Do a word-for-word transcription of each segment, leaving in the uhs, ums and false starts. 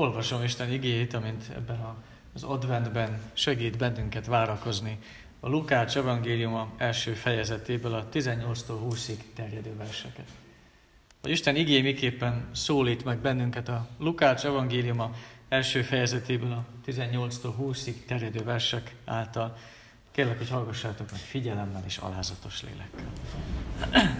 Olvasom Isten igéjét, amint ebben az adventben segít bennünket várakozni. A Lukács evangéliuma első fejezetéből a tizennyolctól húszig terjedő verseket. Hogy Isten igéje miképpen szólít meg bennünket a Lukács evangéliuma első fejezetéből a tizennyolctól húszig terjedő versek által. Kérlek, hogy hallgassátok meg figyelemmel és alázatos lélekkel.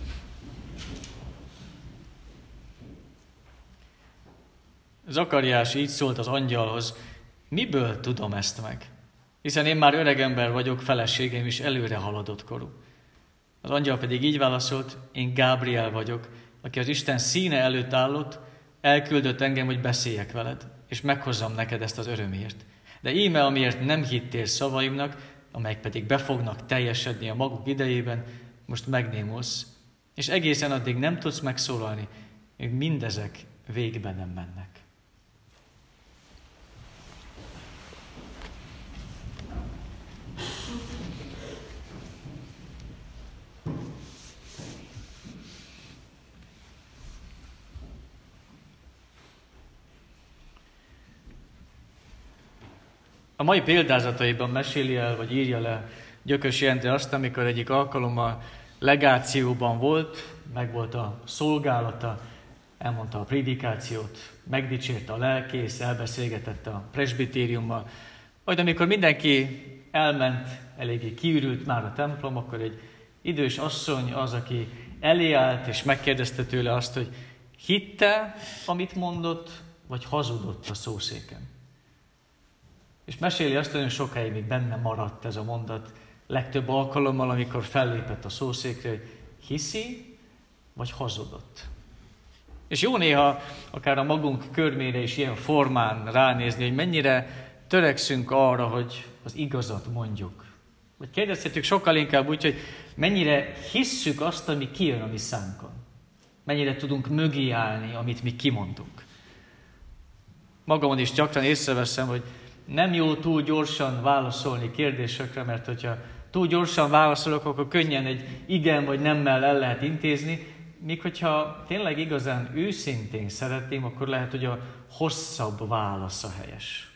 Zakariás így szólt az angyalhoz: miből tudom ezt meg? Hiszen én már öreg ember vagyok, feleségem is előre haladott korú. Az angyal pedig így válaszolt: én Gábriel vagyok, aki az Isten színe előtt állott, elküldött engem, hogy beszéljek veled, és meghozzam neked ezt az örömért. De íme, amiért nem hittél szavaimnak, amelyek pedig be fognak teljesedni a maguk idejében, most megnémulsz, és egészen addig nem tudsz megszólalni, még mindezek végbe nem mennek. A mai példázataiban meséli el, vagy írja le Gyökös Jendre azt, amikor egyik alkalommal legációban volt, meg volt a szolgálata, elmondta a prédikációt, megdicsérte a lelkész, elbeszélgetett a presbitériummal. Majd amikor mindenki elment, eléggé kiürült már a templom, akkor egy idős asszony az, aki elé állt, és megkérdezte tőle azt, hogy hitte, amit mondott, vagy hazudott a szószéken. És meséli azt, hogy nagyon sokáig még benne maradt ez a mondat, legtöbb alkalommal, amikor fellépett a szószékre, hogy hiszi, vagy hazudott. És jó néha akár a magunk körmére is ilyen formán ránézni, hogy mennyire törekszünk arra, hogy az igazat mondjuk. Vagy kérdezhetjük sokkal inkább úgy, hogy mennyire hisszük azt, ami kijön a mi szánkon. Mennyire tudunk mögé állni, amit mi kimondunk. Magamon is gyakran észreveszem, hogy nem jó túl gyorsan válaszolni kérdésekre, mert hogyha túl gyorsan válaszolok, akkor könnyen egy igen vagy nemmel el lehet intézni, míg hogyha tényleg igazán őszintén szeretném, akkor lehet, hogy a hosszabb válasz a helyes.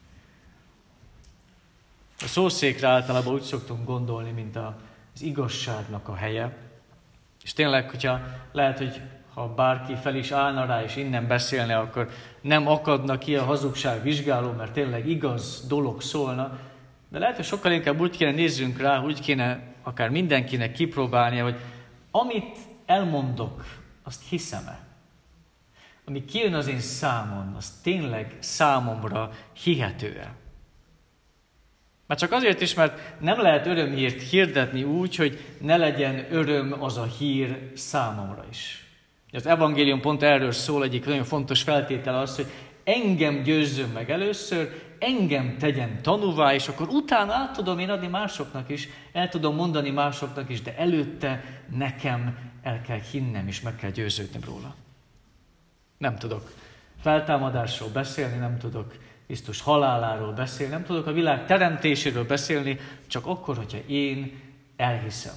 A szószékre általában úgy szoktunk gondolni, mint az igazságnak a helye. És tényleg, hogyha lehet, hogy ha bárki fel is állna rá, és innen beszélne, akkor nem akadna ki a hazugság vizsgáló, mert tényleg igaz dolog szólna. De lehet, hogy sokkal inkább úgy kéne nézzünk rá, úgy kéne akár mindenkinek kipróbálnia, hogy amit elmondok, azt hiszem-e? Ami kijön az én számon, az tényleg számomra hihető-e? Már csak azért is, mert nem lehet örömhírt hirdetni úgy, hogy ne legyen öröm az a hír számomra is. Az evangélium pont erről szól, egyik nagyon fontos feltétel az, hogy engem győzzön meg először, engem tegyen tanúvá, és akkor utána át tudom én adni másoknak is, el tudom mondani másoknak is, de előtte nekem el kell hinnem, és meg kell győződnöm róla. Nem tudok feltámadásról beszélni, nem tudok Krisztus haláláról beszélni, nem tudok a világ teremtéséről beszélni, csak akkor, hogyha én elhiszem.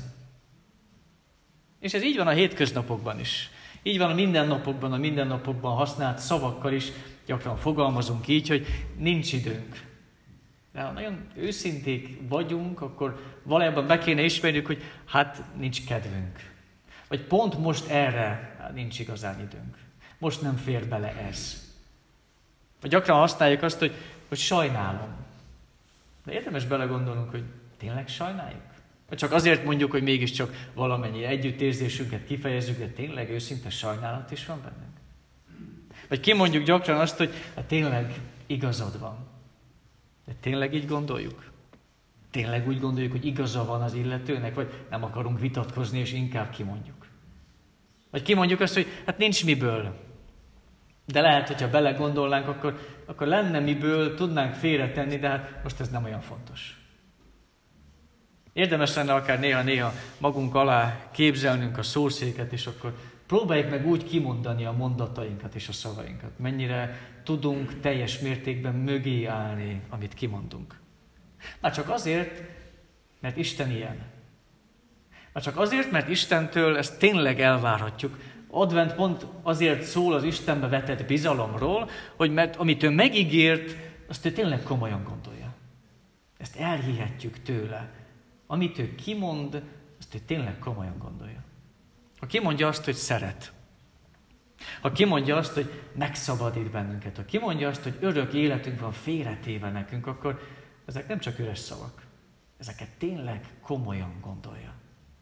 És ez így van a hétköznapokban is. Így van a mindennapokban, a mindennapokban használt szavakkal is, gyakran fogalmazunk így, hogy nincs időnk. De ha nagyon őszinték vagyunk, akkor valójában be kéne ismerjük, hogy hát nincs kedvünk. Vagy pont most erre hát nincs igazán időnk. Most nem fér bele ez. Vagy gyakran használjuk azt, hogy, hogy sajnálom. De érdemes belegondolnunk, hogy tényleg sajnáljuk? Vagy csak azért mondjuk, hogy mégiscsak valamennyi együttérzésünket kifejezzük, de tényleg őszinte sajnálat is van bennünk? Vagy kimondjuk gyakran azt, hogy hát tényleg igazad van. De tényleg így gondoljuk? Tényleg úgy gondoljuk, hogy igaza van az illetőnek, vagy nem akarunk vitatkozni, és inkább kimondjuk? Vagy kimondjuk azt, hogy hát nincs miből. De lehet, hogyha belegondolnánk, akkor, akkor lenne miből, tudnánk félretenni, de hát most ez nem olyan fontos. Érdemes lenne akár néha-néha magunk alá képzelnünk a szószéket, és akkor próbáljuk meg úgy kimondani a mondatainkat és a szavainkat. Mennyire tudunk teljes mértékben mögé állni, amit kimondunk. Már csak azért, mert Isten ilyen. Már csak azért, mert Istentől ezt tényleg elvárhatjuk, advent pont azért szól az Istenbe vetett bizalomról, hogy mert amit ő megígért, azt ő tényleg komolyan gondolja. Ezt elhihetjük tőle. Amit ő kimond, azt ő tényleg komolyan gondolja. Ha kimondja azt, hogy szeret, ha kimondja azt, hogy megszabadít bennünket, ha kimondja azt, hogy örök életünk van félretéve nekünk, akkor ezek nem csak üres szavak. Ezeket tényleg komolyan gondolja.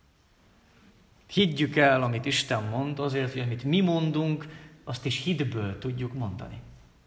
Higgyük el, amit Isten mond, azért, hogy amit mi mondunk, azt is hitből tudjuk mondani.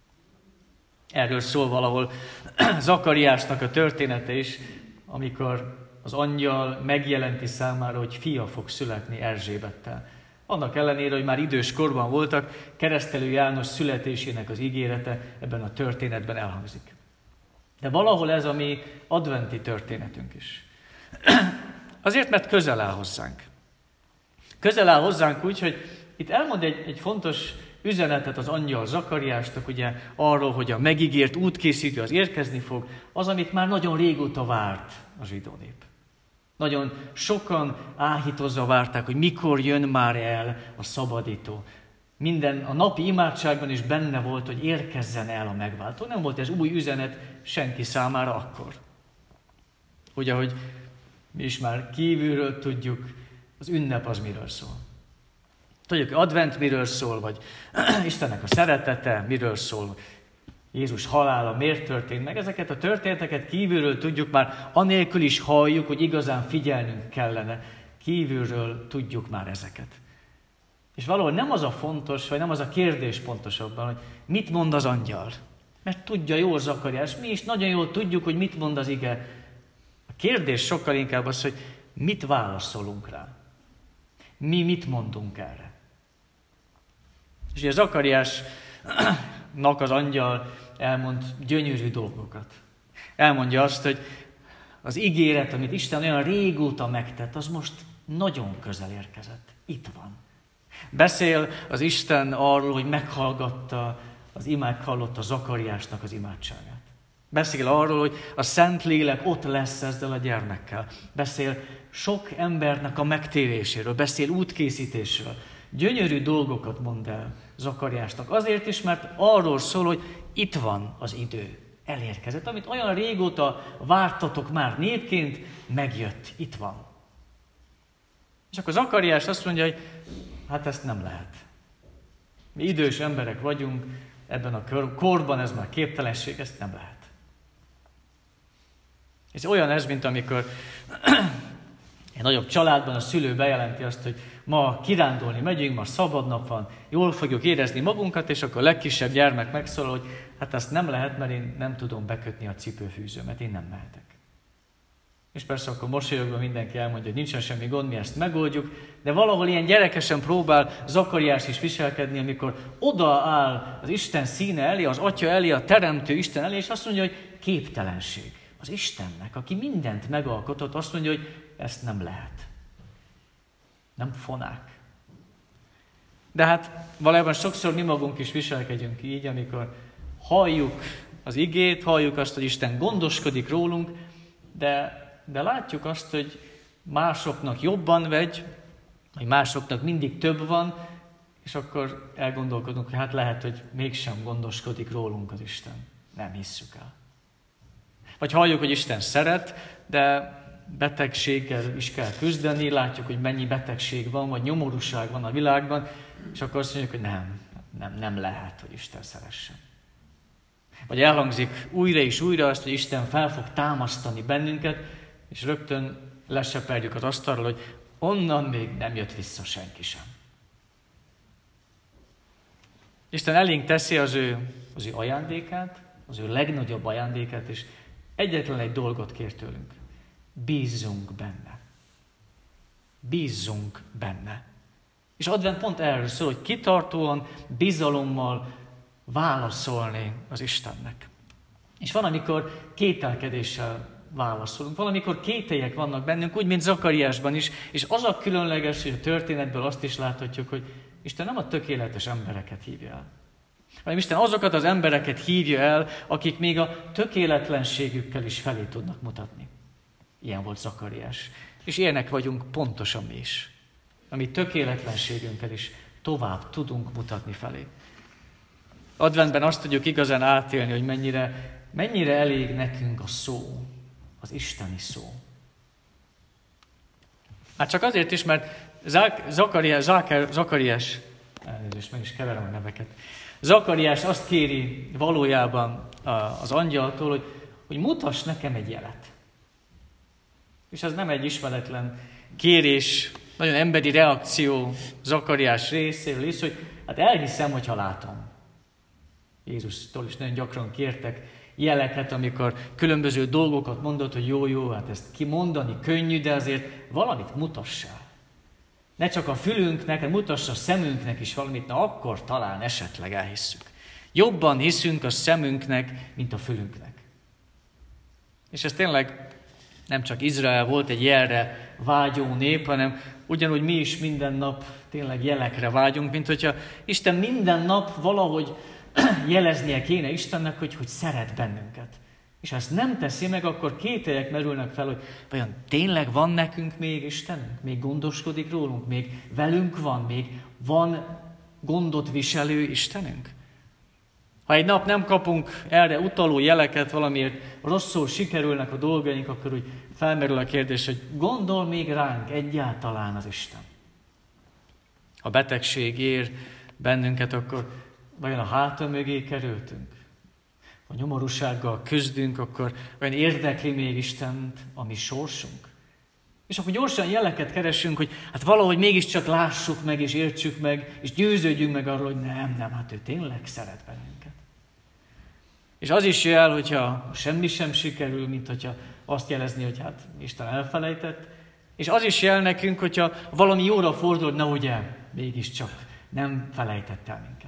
Erről szól valahol Zakariásnak a története is, amikor az angyal megjelenti számára, hogy fia fog születni Erzsébettel. Annak ellenére, hogy már idős korban voltak, Keresztelő János születésének az ígérete ebben a történetben elhangzik. De valahol ez a mi adventi történetünk is. Azért, mert közel áll hozzánk. Közel áll hozzánk úgy, hogy itt elmond egy, egy fontos üzenetet az angyal Zakariásnak, ugye arról, hogy a megígért útkészítő az érkezni fog, az, amit már nagyon régóta várt a zsidó nép. Nagyon sokan áhítozva várták, hogy mikor jön már el a szabadító. Minden, a napi imádságban is benne volt, hogy érkezzen el a megváltó. Nem volt ez új üzenet senki számára akkor. Ugye, hogy mi is már kívülről tudjuk, az ünnep az miről szól. Tudjuk, hogy advent miről szól, vagy Istennek a szeretete miről szól, Jézus halála miért történt meg. Ezeket a történeteket kívülről tudjuk már, anélkül is halljuk, hogy igazán figyelnünk kellene. Kívülről tudjuk már ezeket. És valahol nem az a fontos, vagy nem az a kérdés pontosabban, hogy mit mond az angyal. Mert tudja jól Zakariás, mi is nagyon jól tudjuk, hogy mit mond az ige. A kérdés sokkal inkább az, hogy mit válaszolunk rá. Mi mit mondunk erre. És ugye Zakariásnak az angyal elmond gyönyörű dolgokat. Elmondja azt, hogy az ígéret, amit Isten olyan régóta megtett, az most nagyon közel érkezett. Itt van. Beszél az Isten arról, hogy meghallgatta az imák, hallotta Zakariásnak az imádságát. Beszél arról, hogy a Szentlélek ott lesz ezzel a gyermekkel. Beszél sok embernek a megtéréséről, beszél útkészítésről. Gyönyörű dolgokat mond el Zakariásnak. Azért is, mert arról szól, hogy itt van az idő. Elérkezett, amit olyan régóta vártatok már népként, megjött, itt van. És akkor Zakariás azt mondja, hogy hát ezt nem lehet. Mi idős emberek vagyunk, ebben a korban ez már képtelenség, ezt nem lehet. Ez olyan ez, mint amikor egy nagyobb családban a szülő bejelenti azt, hogy ma kirándulni megyünk, ma szabad nap van, jól fogjuk érezni magunkat, és akkor a legkisebb gyermek megszólal, hogy hát ezt nem lehet, mert én nem tudom bekötni a cipőfűzőmet, én nem mehetek. És persze akkor mosolyogva mindenki elmondja, hogy nincsen semmi gond, mi ezt megoldjuk, de valahol ilyen gyerekesen próbál Zakariás is viselkedni, amikor odaáll az Isten színe elé, az Atya elé, a Teremtő Isten elé, és azt mondja, hogy képtelenség. Az Istennek, aki mindent megalkotott, azt mondja, hogy ezt nem lehet. Nem fonák. De hát valójában sokszor mi magunk is viselkedjünk így, amikor halljuk az igét, halljuk azt, hogy Isten gondoskodik rólunk, de, de látjuk azt, hogy másoknak jobban vegy, hogy másoknak mindig több van, és akkor elgondolkodunk, hogy hát lehet, hogy mégsem gondoskodik rólunk az Isten. Nem hisszük el. Vagy halljuk, hogy Isten szeret, de betegséggel is kell küzdeni, látjuk, hogy mennyi betegség van, vagy nyomorúság van a világban, és akkor azt mondjuk, hogy nem, nem, nem lehet, hogy Isten szeressen. Vagy elhangzik újra és újra azt, hogy Isten fel fog támasztani bennünket, és rögtön leseperjük az asztalról, hogy onnan még nem jött vissza senki sem. Isten elénk teszi az ő, az ő ajándékát, az ő legnagyobb ajándékát, és egyetlen egy dolgot kér tőlünk. Bízzunk benne. Bízzunk benne. És advent pont erről szól, hogy kitartóan, bizalommal válaszolni az Istennek. És van, amikor kételkedéssel válaszolunk. Valamikor kételyek vannak bennünk, úgy, mint Zakariásban is, és az a különleges, hogy a történetből azt is láthatjuk, hogy Isten nem a tökéletes embereket hívja el, hanem Isten azokat az embereket hívja el, akik még a tökéletlenségükkel is felé tudnak mutatni. Ilyen volt Zakariás. És ilyenek vagyunk pontosan mi is. A mi tökéletlenségünkkel is tovább tudunk mutatni felé. Adventben azt tudjuk igazán átélni, hogy mennyire, mennyire elég nekünk a szó, az isteni szó. Hát csak azért is, mert Zakariás, Zakariás, elnézést, meg is keverem a neveket. Zakariás azt kéri valójában az angyaltól, hogy, hogy mutass nekem egy jelet. És ez nem egy ismeretlen kérés, nagyon emberi reakció Zakariás részéről is, hogy hát elhiszem, hogyha látom. Jézustól is nagyon gyakran kértek jeleket, amikor különböző dolgokat mondott, hogy jó, jó, hát ezt kimondani könnyű, de azért valamit mutassál. Ne csak a fülünknek, de mutassa a szemünknek is valamit, na akkor talán esetleg elhisszük. Jobban hiszünk a szemünknek, mint a fülünknek. És ez tényleg nem csak Izrael volt egy jelre vágyó nép, hanem ugyanúgy mi is minden nap tényleg jelekre vágyunk, mint hogyha Isten minden nap valahogy jeleznie kéne Istennek, hogy, hogy szeret bennünket. És ha ezt nem teszi meg, akkor kételyek merülnek fel, hogy vajon tényleg van nekünk még Istenünk? Még gondoskodik rólunk? Még velünk van? Még van gondot viselő Istenünk? Ha egy nap nem kapunk erre utaló jeleket, valamiért rosszul sikerülnek a dolgaink, akkor úgy felmerül a kérdés, hogy gondol még ránk egyáltalán az Isten? Ha betegség ér bennünket, akkor vajon a háta mögé kerültünk? Ha nyomorúsággal küzdünk, akkor vajon érdekli még Istent a mi sorsunk? És akkor gyorsan jeleket keresünk, hogy hát valahogy mégiscsak lássuk meg, és értsük meg, és győződjünk meg arról, hogy nem, nem, hát ő tényleg szeret bennünket. És az is jel, hogyha semmi sem sikerül, mint hogyha azt jelezni, hogy hát Isten elfelejtett. És az is jel nekünk, hogyha valami jóra fordul, na ugye, mégiscsak nem felejtett el minket.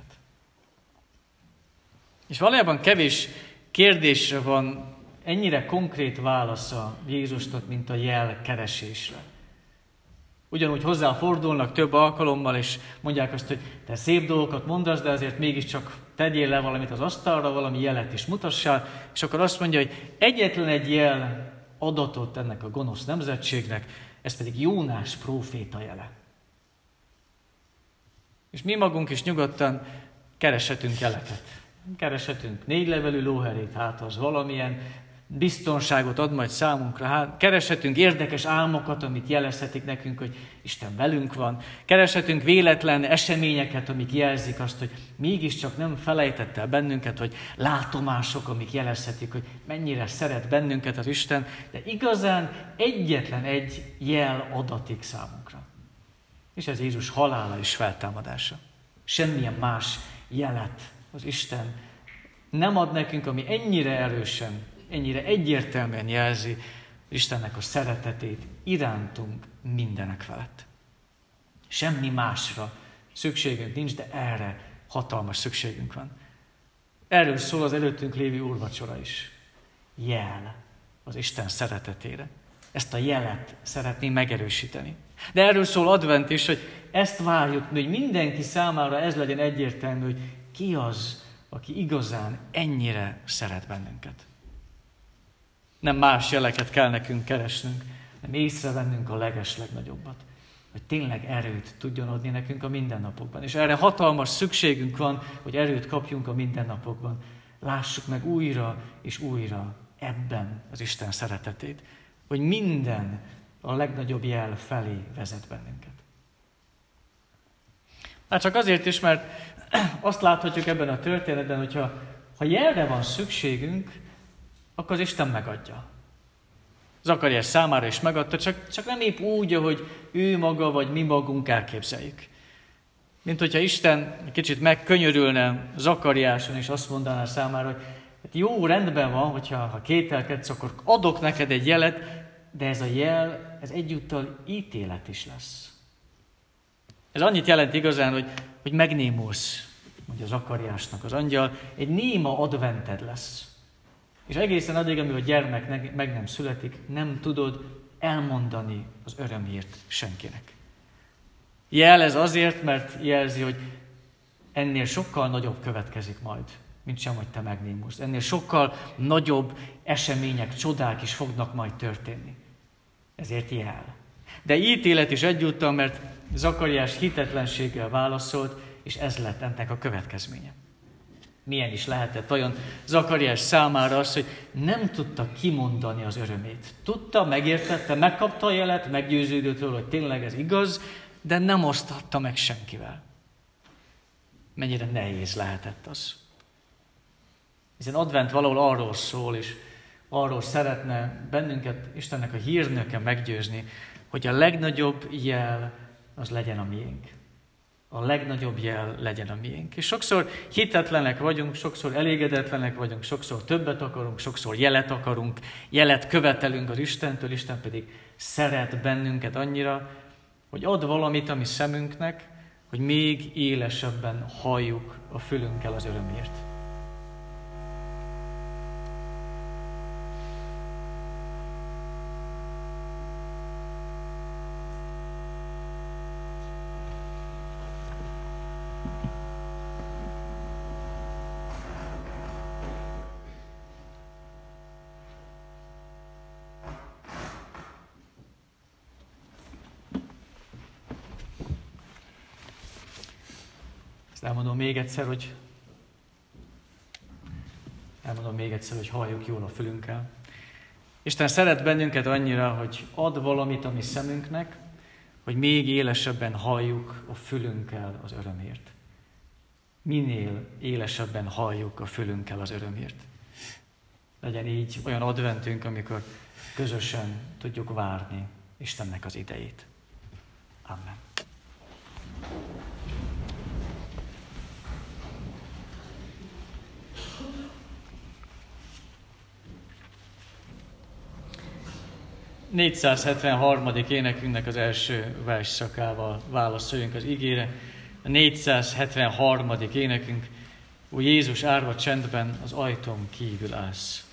És valójában kevés kérdésre van ennyire konkrét válasza Jézusnak, mint a jel keresésre. Ugyanúgy hozzáfordulnak több alkalommal, és mondják azt, hogy te szép dolgokat mondasz, de azért mégiscsak tegyél le valamit az asztalra, valami jelet is mutassál, és akkor azt mondja, hogy egyetlen egy jel adatot ennek a gonosz nemzetségnek, ez pedig Jónás próféta jele. És mi magunk is nyugodtan kereshetünk jeleket. Kereshetünk négy levelű lóherét, hát az valamilyen biztonságot ad majd számunkra. Hát kereshetünk érdekes álmokat, amit jelezhetik nekünk, hogy Isten velünk van. Kereshetünk véletlen eseményeket, amik jelzik azt, hogy mégiscsak nem felejtett el bennünket, vagy látomások, amik jelezhetik, hogy mennyire szeret bennünket az Isten, de igazán egyetlen egy jel adatik számunkra. És ez Jézus halála és feltámadása. Semmilyen más jelet az Isten nem ad nekünk, ami ennyire erősen, ennyire egyértelműen jelzi Istennek a szeretetét irántunk mindenek felett. Semmi másra szükségünk nincs, de erre hatalmas szükségünk van. Erről szól az előttünk lévő úrvacsora is. Jel az Isten szeretetére. Ezt a jelet szeretném megerősíteni. De erről szól advent is, hogy ezt várjuk, hogy mindenki számára ez legyen egyértelmű, hogy ki az, aki igazán ennyire szeret bennünket. Nem más jeleket kell nekünk keresnünk, nem észrevennünk a legeslegnagyobbat, hogy tényleg erőt tudjon adni nekünk a mindennapokban. És erre hatalmas szükségünk van, hogy erőt kapjunk a mindennapokban. Lássuk meg újra és újra ebben az Isten szeretetét, hogy minden a legnagyobb jel felé vezet bennünket. Hát csak azért is, mert azt láthatjuk ebben a történetben, hogyha ha jelre van szükségünk, akkor az Isten megadja. Zakariás számára is megadta, csak, csak nem épp úgy, ahogy ő maga vagy mi magunk elképzeljük. Mint hogyha Isten kicsit megkönyörülne Zakariáson, és azt mondaná számára, hogy hát jó, rendben van, hogyha ha kételkedsz, akkor adok neked egy jelet, de ez a jel, ez egyúttal ítélet is lesz. Ez annyit jelent igazán, hogy, hogy megnémulsz, mondja Zakariásnak az angyal, egy néma advented lesz. És egészen addig, amíg a gyermek meg nem születik, nem tudod elmondani az örömhírt senkinek. Jel ez azért, mert jelzi, hogy ennél sokkal nagyobb következik majd, mint sem, hogy te megnémulsz. Ennél sokkal nagyobb események, csodák is fognak majd történni. Ezért jel. De ítélet is egyúttal, mert Zakariás hitetlenséggel válaszolt, és ez lett ennek a következménye. Milyen is lehetett olyan Zakariás számára az, hogy nem tudta kimondani az örömét. Tudta, megértette, megkapta a jelet, meggyőződött róla, hogy tényleg ez igaz, de nem osztatta meg senkivel. Mennyire nehéz lehetett az. Hiszen advent valahol arról szól, és arról szeretne bennünket Istennek a hírnöke meggyőzni, hogy a legnagyobb jel az legyen a miénk. A legnagyobb jel legyen a miénk. És sokszor hitetlenek vagyunk, sokszor elégedetlenek vagyunk, sokszor többet akarunk, sokszor jelet akarunk, jelet követelünk az Istentől, Isten pedig szeret bennünket annyira, hogy ad valamit a mi szemünknek, hogy még élesebben halljuk a fülünkkel az örömért. Elmondom még egyszer, hogy elmondom még egyszer, hogy halljuk jól a fülünkkel. Isten szeret bennünket annyira, hogy ad valamit a mi szemünknek, hogy még élesebben halljuk a fülünkkel az örömért. Minél élesebben halljuk a fülünkkel az örömért. Legyen így olyan adventünk, amikor közösen tudjuk várni Istennek az idejét. Amen. négyszázhetvenharmadik énekünknek az első versszakával válaszoljunk az igére. A négyszázhetvenharmadik énekünk: Ó Jézus, árva csendben az ajtón kívül állsz.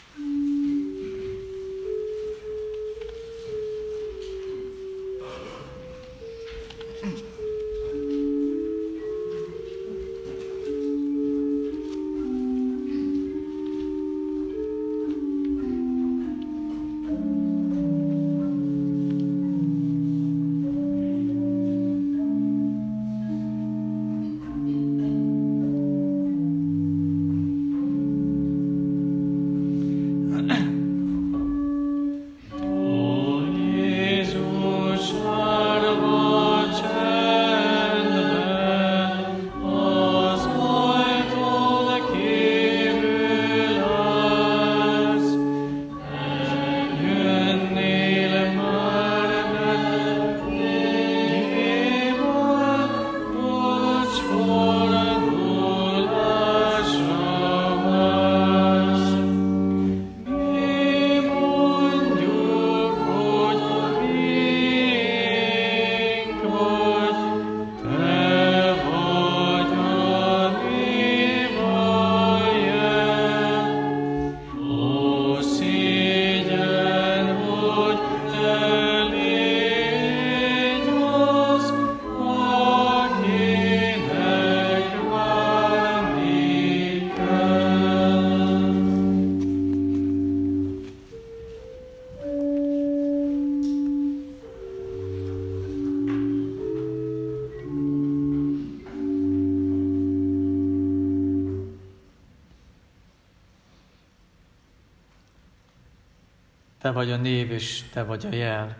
Te vagy a név, és Te vagy a jel.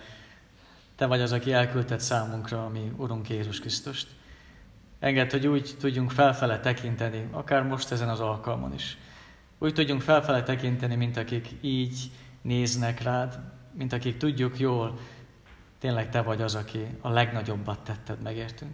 Te vagy az, aki elküldted számunkra a mi Urunk Jézus Krisztust. Engedd, hogy úgy tudjunk felfele tekinteni, akár most ezen az alkalmon is. Úgy tudjunk felfele tekinteni, mint akik így néznek rád, mint akik tudjuk jól, tényleg Te vagy az, aki a legnagyobbat tetted megértünk.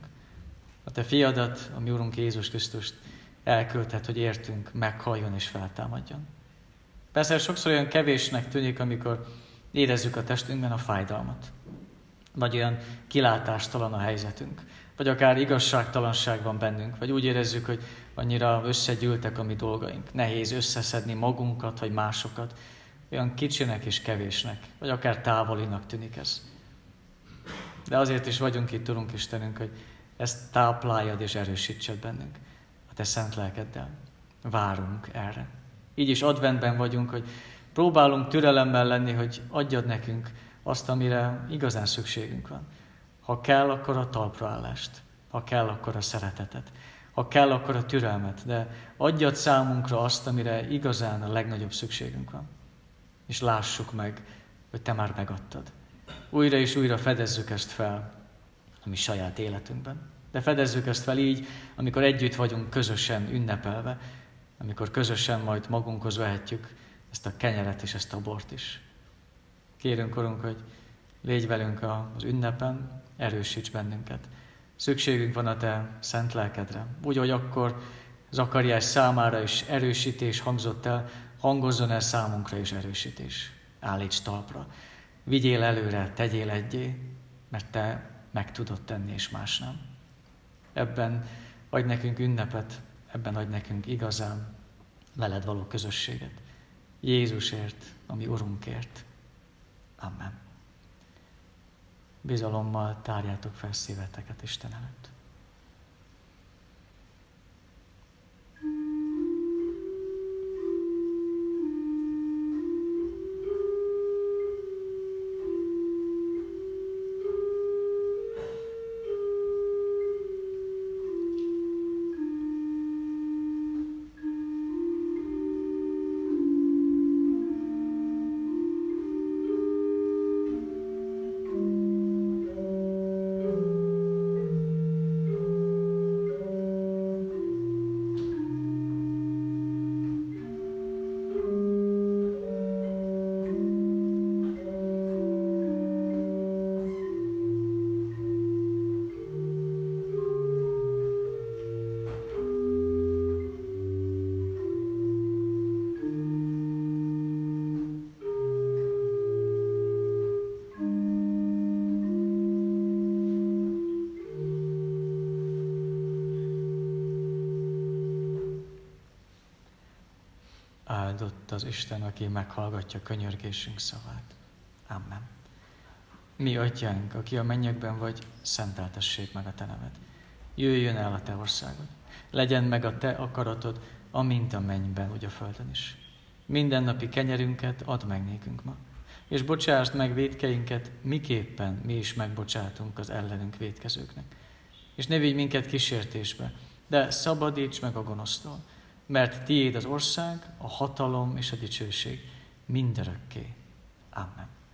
A Te fiadat, a mi Urunk Jézus Krisztust elküldted, hogy értünk, meghalljon és feltámadjon. Persze sokszor olyan kevésnek tűnik, amikor érezzük a testünkben a fájdalmat. Vagy olyan kilátástalan a helyzetünk. Vagy akár igazságtalanság van bennünk. Vagy úgy érezzük, hogy annyira összegyűltek a mi dolgaink. Nehéz összeszedni magunkat, vagy másokat. Olyan kicsinek és kevésnek. Vagy akár távolinak tűnik ez. De azért is vagyunk itt, Urunk Istenünk, hogy ezt tápláljad és erősítsed bennünk. A Te szent lelkeddel. Várunk erre. Így is adventben vagyunk, hogy próbálunk türelemmel lenni, hogy adjad nekünk azt, amire igazán szükségünk van. Ha kell, akkor a talpraállást. Ha kell, akkor a szeretetet. Ha kell, akkor a türelmet. De adjad számunkra azt, amire igazán a legnagyobb szükségünk van. És lássuk meg, hogy te már megadtad. Újra és újra fedezzük ezt fel a mi saját életünkben. De fedezzük ezt fel így, amikor együtt vagyunk közösen ünnepelve, amikor közösen majd magunkhoz vehetjük ezt a kenyeret és ezt a bort is. Kérünk, Urunk, hogy légy velünk az ünnepen, erősíts bennünket. Szükségünk van a te szent lelkedre. Úgy, hogy akkor Zakariás számára is erősítés hangzott el, hangozzon el számunkra is erősítés. Állíts talpra. Vigyél előre, tegyél egyé, mert te meg tudod tenni, és más nem. Ebben adj nekünk ünnepet, ebben adj nekünk igazán veled való közösséget. Jézusért, ami Urunkért. Amen. Bizalommal tárjátok fel szíveteket Isten előtt. Áldott az Isten, aki meghallgatja könyörgésünk szavát. Amen. Mi atyánk, aki a mennyekben vagy, szenteltessék meg a te neved. Jöjjön el a te országod. Legyen meg a te akaratod, amint a mennyben, úgy a földön is. Mindennapi kenyerünket add meg nékünk ma, és bocsásd meg vétkeinket, miképpen mi is megbocsátunk az ellenünk vétkezőknek. És ne vigy minket kísértésbe, de szabadíts meg a gonosztól, mert tiéd az ország, a hatalom és a dicsőség mindörökké. Amen.